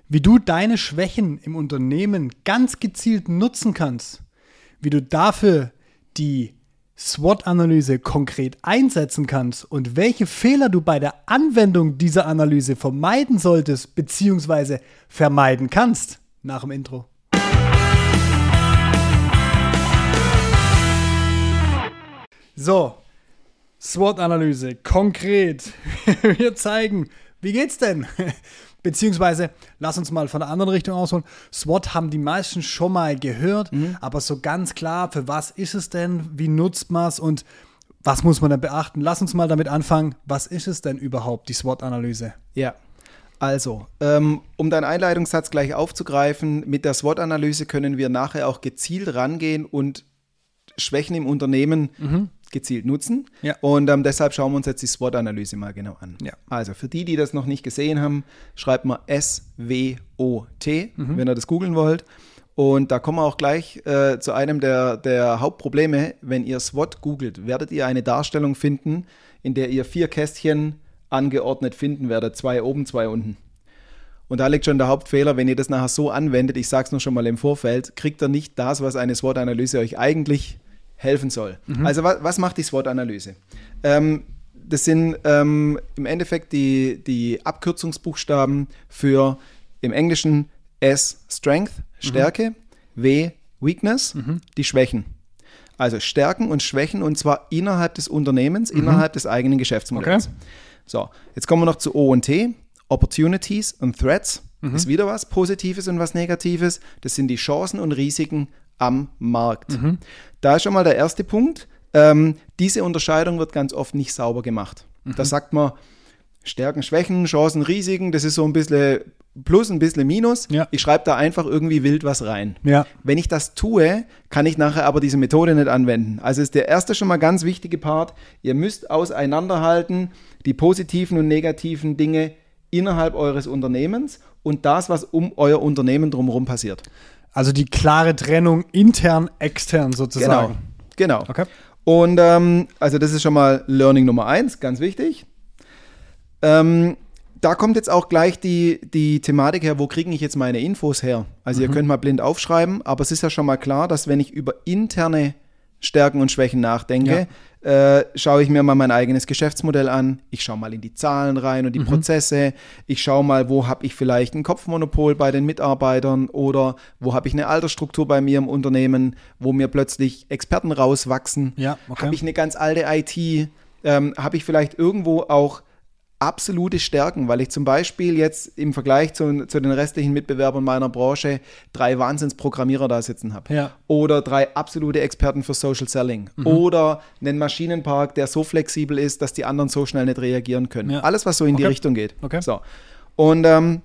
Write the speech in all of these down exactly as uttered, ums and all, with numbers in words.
wie du deine Schwächen im Unternehmen ganz gezielt nutzen kannst, wie du dafür die SWOT-Analyse konkret einsetzen kannst und welche Fehler du bei der Anwendung dieser Analyse vermeiden solltest bzw. vermeiden kannst. Nach dem Intro. So, SWOT-Analyse, konkret. Wir zeigen, wie geht's denn? Beziehungsweise, lass uns mal von der anderen Richtung ausholen. SWOT haben die meisten schon mal gehört, mhm. aber so ganz klar, für was ist es denn? Wie nutzt man es und was muss man denn beachten? Lass uns mal damit anfangen. Was ist es denn überhaupt, die SWOT-Analyse? Ja, also, ähm, um deinen Einleitungssatz gleich aufzugreifen, mit der SWOT-Analyse können wir nachher auch gezielt rangehen und Schwächen im Unternehmen mhm. gezielt nutzen. Ja. Und ähm, deshalb schauen wir uns jetzt die SWOT-Analyse mal genau an. Ja. Also für die, die das noch nicht gesehen haben, schreibt mal S W O T, mhm. wenn ihr das googeln wollt. Und da kommen wir auch gleich äh, zu einem der, der Hauptprobleme. Wenn ihr SWOT googelt, werdet ihr eine Darstellung finden, in der ihr vier Kästchen angeordnet finden werdet. Zwei oben, zwei unten. Und da liegt schon der Hauptfehler, wenn ihr das nachher so anwendet, ich sage es nur schon mal im Vorfeld, kriegt ihr nicht das, was eine SWOT-Analyse euch eigentlich helfen soll. Mhm. Also was, was macht die SWOT-Analyse? Ähm, das sind ähm, im Endeffekt die, die Abkürzungsbuchstaben für im Englischen S, Strength, Stärke, mhm. W, Weakness, mhm. die Schwächen. Also Stärken und Schwächen und zwar innerhalb des Unternehmens, mhm. innerhalb des eigenen Geschäftsmodells. Okay. So, jetzt kommen wir noch zu O und T, Opportunities und Threats. Mhm. Das ist wieder was Positives und was Negatives. Das sind die Chancen und Risiken am Markt. Mhm. Da ist schon mal der erste Punkt. Ähm, diese Unterscheidung wird ganz oft nicht sauber gemacht. Mhm. Da sagt man Stärken, Schwächen, Chancen, Risiken, das ist so ein bisschen Plus, ein bisschen Minus. Ja. Ich schreibe da einfach irgendwie wild was rein. Ja. Wenn ich das tue, kann ich nachher aber diese Methode nicht anwenden. Also ist der erste schon mal ganz wichtige Part. Ihr müsst auseinanderhalten die positiven und negativen Dinge innerhalb eures Unternehmens und das, was um euer Unternehmen drumherum passiert. Also die klare Trennung intern, extern sozusagen. Genau, genau. Okay. Und ähm, also das ist schon mal Learning Nummer eins, ganz wichtig. Ähm, da kommt jetzt auch gleich die, die Thematik her, wo kriege ich jetzt meine Infos her? Also mhm. ihr könnt mal blind aufschreiben, aber es ist ja schon mal klar, dass wenn ich über interne Stärken und Schwächen nachdenke, ja. äh, schaue ich mir mal mein eigenes Geschäftsmodell an, ich schaue mal in die Zahlen rein und die mhm. Prozesse, ich schaue mal, wo habe ich vielleicht ein Kopfmonopol bei den Mitarbeitern oder wo habe ich eine Altersstruktur bei mir im Unternehmen, wo mir plötzlich Experten rauswachsen, ja, okay. habe ich eine ganz alte I T, ähm, habe ich vielleicht irgendwo auch absolute Stärken, weil ich zum Beispiel jetzt im Vergleich zu, zu den restlichen Mitbewerbern meiner Branche drei Wahnsinnsprogrammierer da sitzen habe. Ja. Oder drei absolute Experten für Social Selling. Mhm. Oder einen Maschinenpark, der so flexibel ist, dass die anderen so schnell nicht reagieren können. Ja. Alles, was so in okay. die Richtung geht. Okay. So. Und ähm,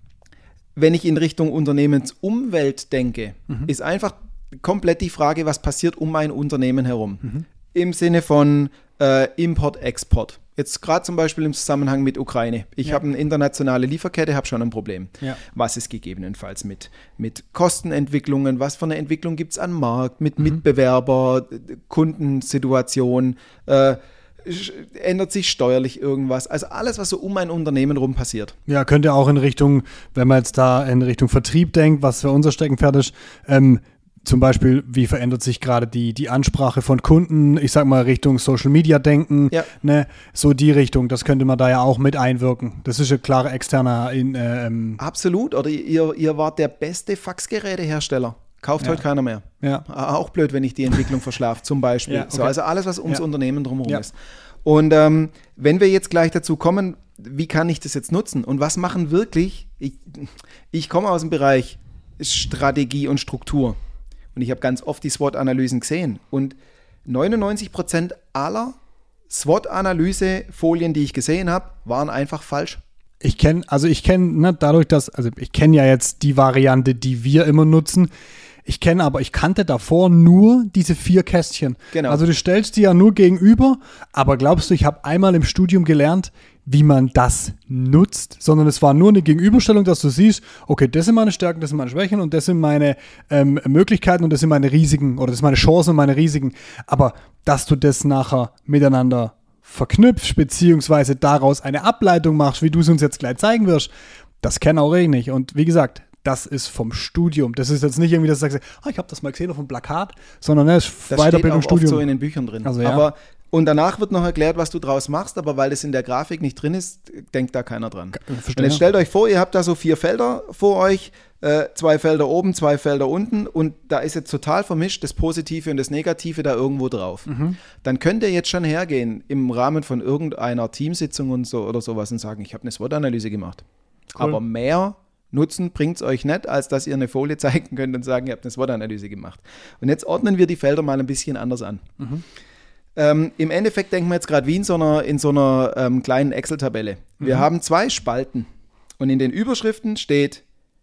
wenn ich in Richtung Unternehmensumwelt denke, mhm. ist einfach komplett die Frage, was passiert um mein Unternehmen herum. Mhm. Im Sinne von äh, Import, Export. Jetzt gerade zum Beispiel im Zusammenhang mit Ukraine. Ich ja. habe eine internationale Lieferkette, habe schon ein Problem. Ja. Was ist gegebenenfalls mit, mit Kostenentwicklungen? Was für eine Entwicklung gibt es am Markt? Mit mhm. Mitbewerber, Kundensituation? Äh, ändert sich steuerlich irgendwas? Also alles, was so um ein Unternehmen rum passiert. Ja, könnte auch in Richtung, wenn man jetzt da in Richtung Vertrieb denkt, was für unser Steckenpferd ist, ähm, zum Beispiel, wie verändert sich gerade die, die Ansprache von Kunden, ich sag mal Richtung Social Media denken, ja. ne? So die Richtung, das könnte man da ja auch mit einwirken. Das ist ein klarer externer. In, ähm Absolut, oder ihr, ihr wart der beste Faxgerätehersteller. Kauft ja. heute keiner mehr. Ja. Auch blöd, wenn ich die Entwicklung verschlafe, zum Beispiel. Ja, okay. So, also alles, was ums ja. Unternehmen drumherum ja. ist. Und ähm, wenn wir jetzt gleich dazu kommen, wie kann ich das jetzt nutzen? Und was machen wirklich, ich, ich komme aus dem Bereich Strategie und Struktur. Und ich habe ganz oft die SWOT-Analysen gesehen. Und neunundneunzig Prozent aller SWOT-Analyse-Folien, die ich gesehen habe, waren einfach falsch. Ich kenne, also ich kenne, ne, dadurch, dass, also ich kenne ja jetzt die Variante, die wir immer nutzen. Ich kenne aber, ich kannte davor nur diese vier Kästchen. Genau. Also du stellst die ja nur gegenüber, aber glaubst du, ich habe einmal im Studium gelernt, wie man das nutzt, sondern es war nur eine Gegenüberstellung, dass du siehst, okay, das sind meine Stärken, das sind meine Schwächen und das sind meine ähm, Möglichkeiten und das sind meine Risiken oder das sind meine Chancen und meine Risiken. Aber dass du das nachher miteinander verknüpfst, beziehungsweise daraus eine Ableitung machst, wie du es uns jetzt gleich zeigen wirst, Das kennen auch ich nicht. Und wie gesagt, das ist vom Studium. Das ist jetzt nicht irgendwie, dass du sagst, ah, ich habe das mal gesehen auf einem Plakat, sondern das ist das Weiterbildung, steht auch Studium. oft so in den Büchern drin. Also, ja. Aber und danach wird noch erklärt, was du draus machst, aber weil das in der Grafik nicht drin ist, denkt da keiner dran. Verstehe. Und jetzt stellt euch vor, ihr habt da so vier Felder vor euch, äh, zwei Felder oben, zwei Felder unten und da ist jetzt total vermischt das Positive und das Negative da irgendwo drauf. Mhm. Dann könnt ihr jetzt schon hergehen im Rahmen von irgendeiner Teamsitzung und so oder sowas und sagen, ich habe eine SWOT-Analyse gemacht. Cool. Aber mehr Nutzen bringt es euch nicht, als dass ihr eine Folie zeigen könnt und sagen, ihr habt eine SWOT-Analyse gemacht. Und jetzt ordnen wir die Felder mal ein bisschen anders an. Mhm. Ähm, im Endeffekt denken wir jetzt gerade wie in so einer, in so einer ähm, kleinen Excel-Tabelle. Wir mhm. haben zwei Spalten und in den Überschriften steht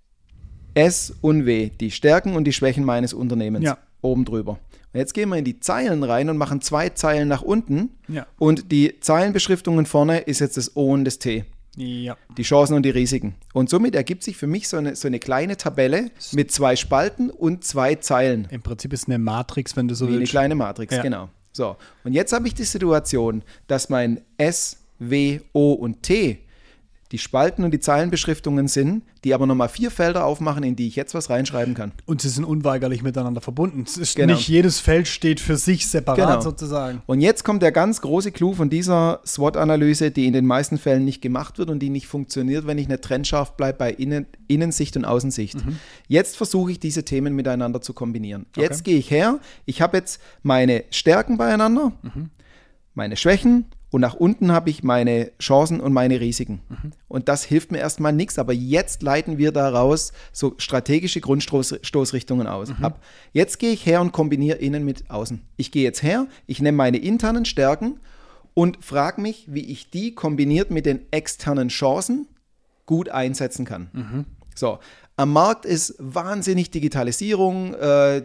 S und W, die Stärken und die Schwächen meines Unternehmens, ja. oben drüber. Und jetzt gehen wir in die Zeilen rein und machen zwei Zeilen nach unten ja. und die Zeilenbeschriftungen vorne ist jetzt das O und das T. Ja. Die Chancen und die Risiken. Und somit ergibt sich für mich so eine, so eine kleine Tabelle mit zwei Spalten und zwei Zeilen. Im Prinzip ist eine Matrix, wenn du so wie willst. Eine kleine Matrix, ja. genau. So, und jetzt habe ich die Situation, dass mein S, W, O und T die Spalten und die Zeilenbeschriftungen sind, die aber nochmal vier Felder aufmachen, in die ich jetzt was reinschreiben kann. Und sie sind unweigerlich miteinander verbunden. Es ist genau. nicht jedes Feld steht für sich separat genau. sozusagen. Und jetzt kommt der ganz große Clou von dieser SWOT-Analyse, die in den meisten Fällen nicht gemacht wird und die nicht funktioniert, wenn ich nicht trennscharf bleibe bei Innen- Innensicht und Außensicht. Mhm. Jetzt versuche ich, diese Themen miteinander zu kombinieren. Okay. Jetzt gehe ich her, ich habe jetzt meine Stärken beieinander, mhm. meine Schwächen, und nach unten habe ich meine Chancen und meine Risiken. Mhm. Und das hilft mir erstmal nichts, aber jetzt leiten wir daraus so strategische Grundstoßrichtungen aus. Mhm. ab. Jetzt gehe ich her und kombiniere innen mit außen. Ich gehe jetzt her, ich nehme meine internen Stärken und frage mich, wie ich die kombiniert mit den externen Chancen gut einsetzen kann. Mhm. So, am Markt ist wahnsinnig Digitalisierung, äh,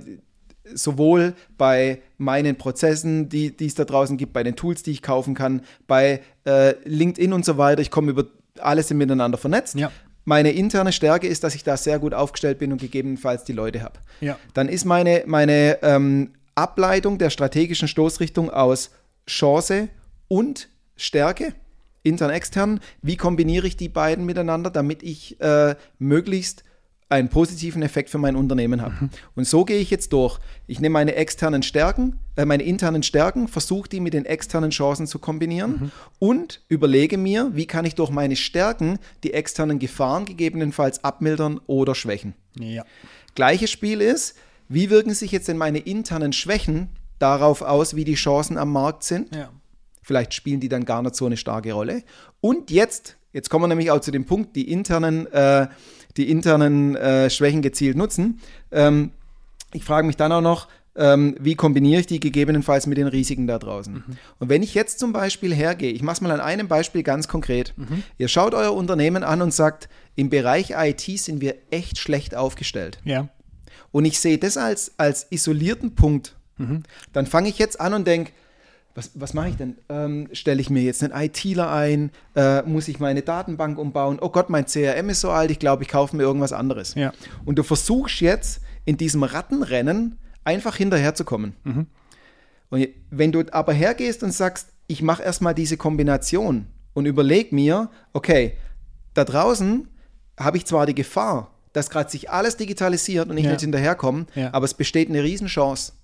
sowohl bei meinen Prozessen, die, die es da draußen gibt, bei den Tools, die ich kaufen kann, bei äh, LinkedIn und so weiter. Ich komme über alles miteinander vernetzt. Ja. Meine interne Stärke ist, dass ich da sehr gut aufgestellt bin und gegebenenfalls die Leute habe. Ja. Dann ist meine, meine ähm, Ableitung der strategischen Stoßrichtung aus Chance und Stärke, intern, extern. Wie kombiniere ich die beiden miteinander, damit ich äh, möglichst einen positiven Effekt für mein Unternehmen habe. Mhm. Und so gehe ich jetzt durch. Ich nehme meine externen Stärken, äh, meine internen Stärken, versuche die mit den externen Chancen zu kombinieren mhm. und überlege mir, wie kann ich durch meine Stärken die externen Gefahren gegebenenfalls abmildern oder schwächen. Ja. Gleiches Spiel ist, wie wirken sich jetzt denn meine internen Schwächen darauf aus, wie die Chancen am Markt sind? Ja. Vielleicht spielen die dann gar nicht so eine starke Rolle. Und jetzt, jetzt kommen wir nämlich auch zu dem Punkt, die internen äh, die internen äh, Schwächen gezielt nutzen. Ähm, ich frage mich dann auch noch, ähm, wie kombiniere ich die gegebenenfalls mit den Risiken da draußen. Mhm. Und wenn ich jetzt zum Beispiel hergehe, ich mache es mal an einem Beispiel ganz konkret. Mhm. Ihr schaut euer Unternehmen an und sagt, im Bereich I T sind wir echt schlecht aufgestellt. Ja. Und ich sehe das als, als isolierten Punkt. Mhm. Dann fange ich jetzt an und denke, Was, was mache ich denn? Ähm, stelle ich mir jetzt einen ITler ein? Äh, muss ich meine Datenbank umbauen? Oh Gott, mein C R M ist so alt, ich glaube, ich kaufe mir irgendwas anderes. Ja. Und du versuchst jetzt in diesem Rattenrennen einfach hinterherzukommen. Mhm. Und wenn du aber hergehst und sagst, ich mache erstmal diese Kombination und überleg mir, okay, da draußen habe ich zwar die Gefahr, dass gerade sich alles digitalisiert und ich ja. nicht hinterherkomme, ja. aber es besteht eine Riesenchance.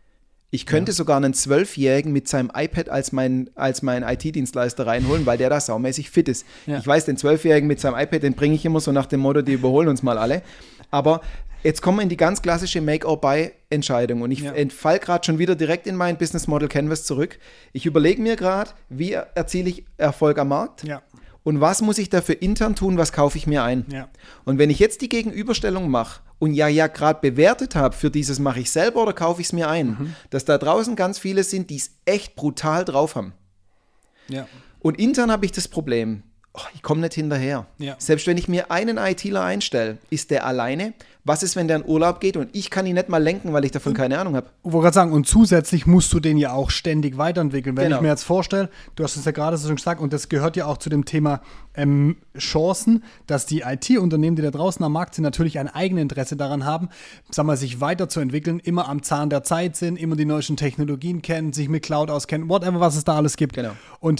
Ich könnte ja. sogar einen Zwölfjährigen mit seinem iPad als mein, als mein I T-Dienstleister reinholen, weil der da saumäßig fit ist. Ja. Ich weiß, den Zwölfjährigen mit seinem iPad, den bringe ich immer so nach dem Motto, die überholen uns mal alle. Aber jetzt kommen wir in die ganz klassische Make-or-Buy-Entscheidung. Und ich ja. entfall gerade schon wieder direkt in mein Business Model Canvas zurück. Ich überlege mir gerade, wie erziele ich Erfolg am Markt? Ja. Und was muss ich dafür intern tun, was kaufe ich mir ein? Ja. Und wenn ich jetzt die Gegenüberstellung mache und ja, ja, gerade bewertet habe für dieses, mache ich selber oder kaufe ich es mir ein, mhm. dass da draußen ganz viele sind, die es echt brutal drauf haben. Ja. Und intern habe ich das Problem, oh, ich komme nicht hinterher. Ja. Selbst wenn ich mir einen ITler einstelle, ist der alleine. Was ist, wenn der in Urlaub geht und ich kann ihn nicht mal lenken, weil ich davon keine Ahnung habe? Ich wollte gerade sagen, und zusätzlich musst du den ja auch ständig weiterentwickeln. Wenn genau. ich mir jetzt vorstelle, du hast es ja gerade schon gesagt, und das gehört ja auch zu dem Thema ähm, Chancen, dass die I T-Unternehmen, die da draußen am Markt sind, natürlich ein Eigeninteresse daran haben, sagen wir, sich weiterzuentwickeln, immer am Zahn der Zeit sind, immer die neuesten Technologien kennen, sich mit Cloud auskennen, whatever, was es da alles gibt. Genau. Und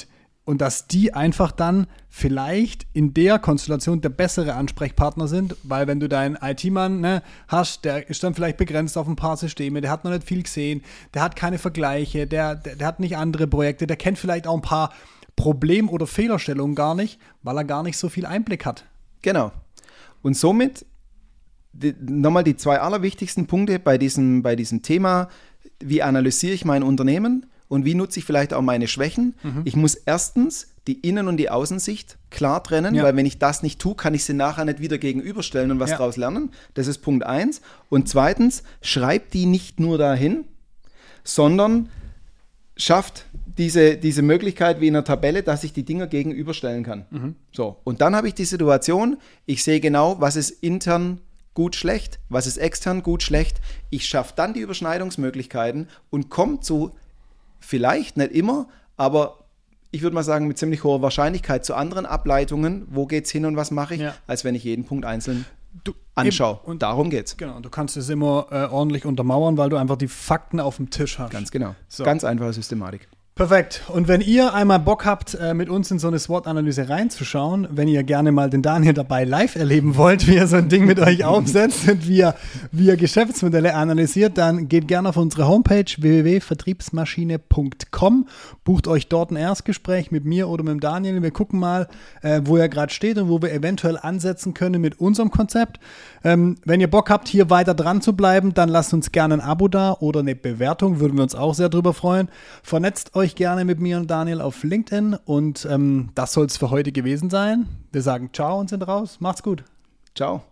und dass die einfach dann vielleicht in der Konstellation der bessere Ansprechpartner sind, weil wenn du deinen I T-Mann ne, hast, der ist dann vielleicht begrenzt auf ein paar Systeme, der hat noch nicht viel gesehen, der hat keine Vergleiche, der, der, der hat nicht andere Projekte, der kennt vielleicht auch ein paar Problem- oder Fehlerstellungen gar nicht, weil er gar nicht so viel Einblick hat. Genau. Und somit die, nochmal die zwei allerwichtigsten Punkte bei diesem, bei diesem Thema, wie analysiere ich mein Unternehmen und wie nutze ich vielleicht auch meine Schwächen. Mhm. Ich muss erstens die Innen- und die Außensicht klar trennen, ja. weil wenn ich das nicht tue, kann ich sie nachher nicht wieder gegenüberstellen und was ja. daraus lernen. Das ist Punkt eins. Und zweitens, schreibt die nicht nur dahin, sondern schafft diese, diese Möglichkeit wie in einer Tabelle, dass ich die Dinger gegenüberstellen kann. Mhm. So, und dann habe ich die Situation, ich sehe genau, was ist intern gut, schlecht, was ist extern gut, schlecht. Ich schaffe dann die Überschneidungsmöglichkeiten und komme zu, vielleicht nicht immer, aber ich würde mal sagen, mit ziemlich hoher Wahrscheinlichkeit zu anderen Ableitungen, wo geht es hin und was mache ich, ja. als wenn ich jeden Punkt einzeln du, anschaue. Und darum geht's. Genau, du kannst es immer äh, ordentlich untermauern, weil du einfach die Fakten auf dem Tisch hast. Ganz genau. So. Ganz einfache Systematik. Perfekt. Und wenn ihr einmal Bock habt, mit uns in so eine SWOT-Analyse reinzuschauen, wenn ihr gerne mal den Daniel dabei live erleben wollt, wie er so ein Ding mit euch aufsetzt und wie er, wie er Geschäftsmodelle analysiert, dann geht gerne auf unsere Homepage w w w punkt vertriebsmaschine punkt com, bucht euch dort ein Erstgespräch mit mir oder mit dem Daniel. Wir gucken mal, wo er gerade steht und wo wir eventuell ansetzen können mit unserem Konzept. Ähm, wenn ihr Bock habt, hier weiter dran zu bleiben, dann lasst uns gerne ein Abo da oder eine Bewertung, würden wir uns auch sehr drüber freuen. Vernetzt euch gerne mit mir und Daniel auf LinkedIn und ähm, das soll es für heute gewesen sein. Wir sagen ciao und sind raus. Macht's gut. Ciao.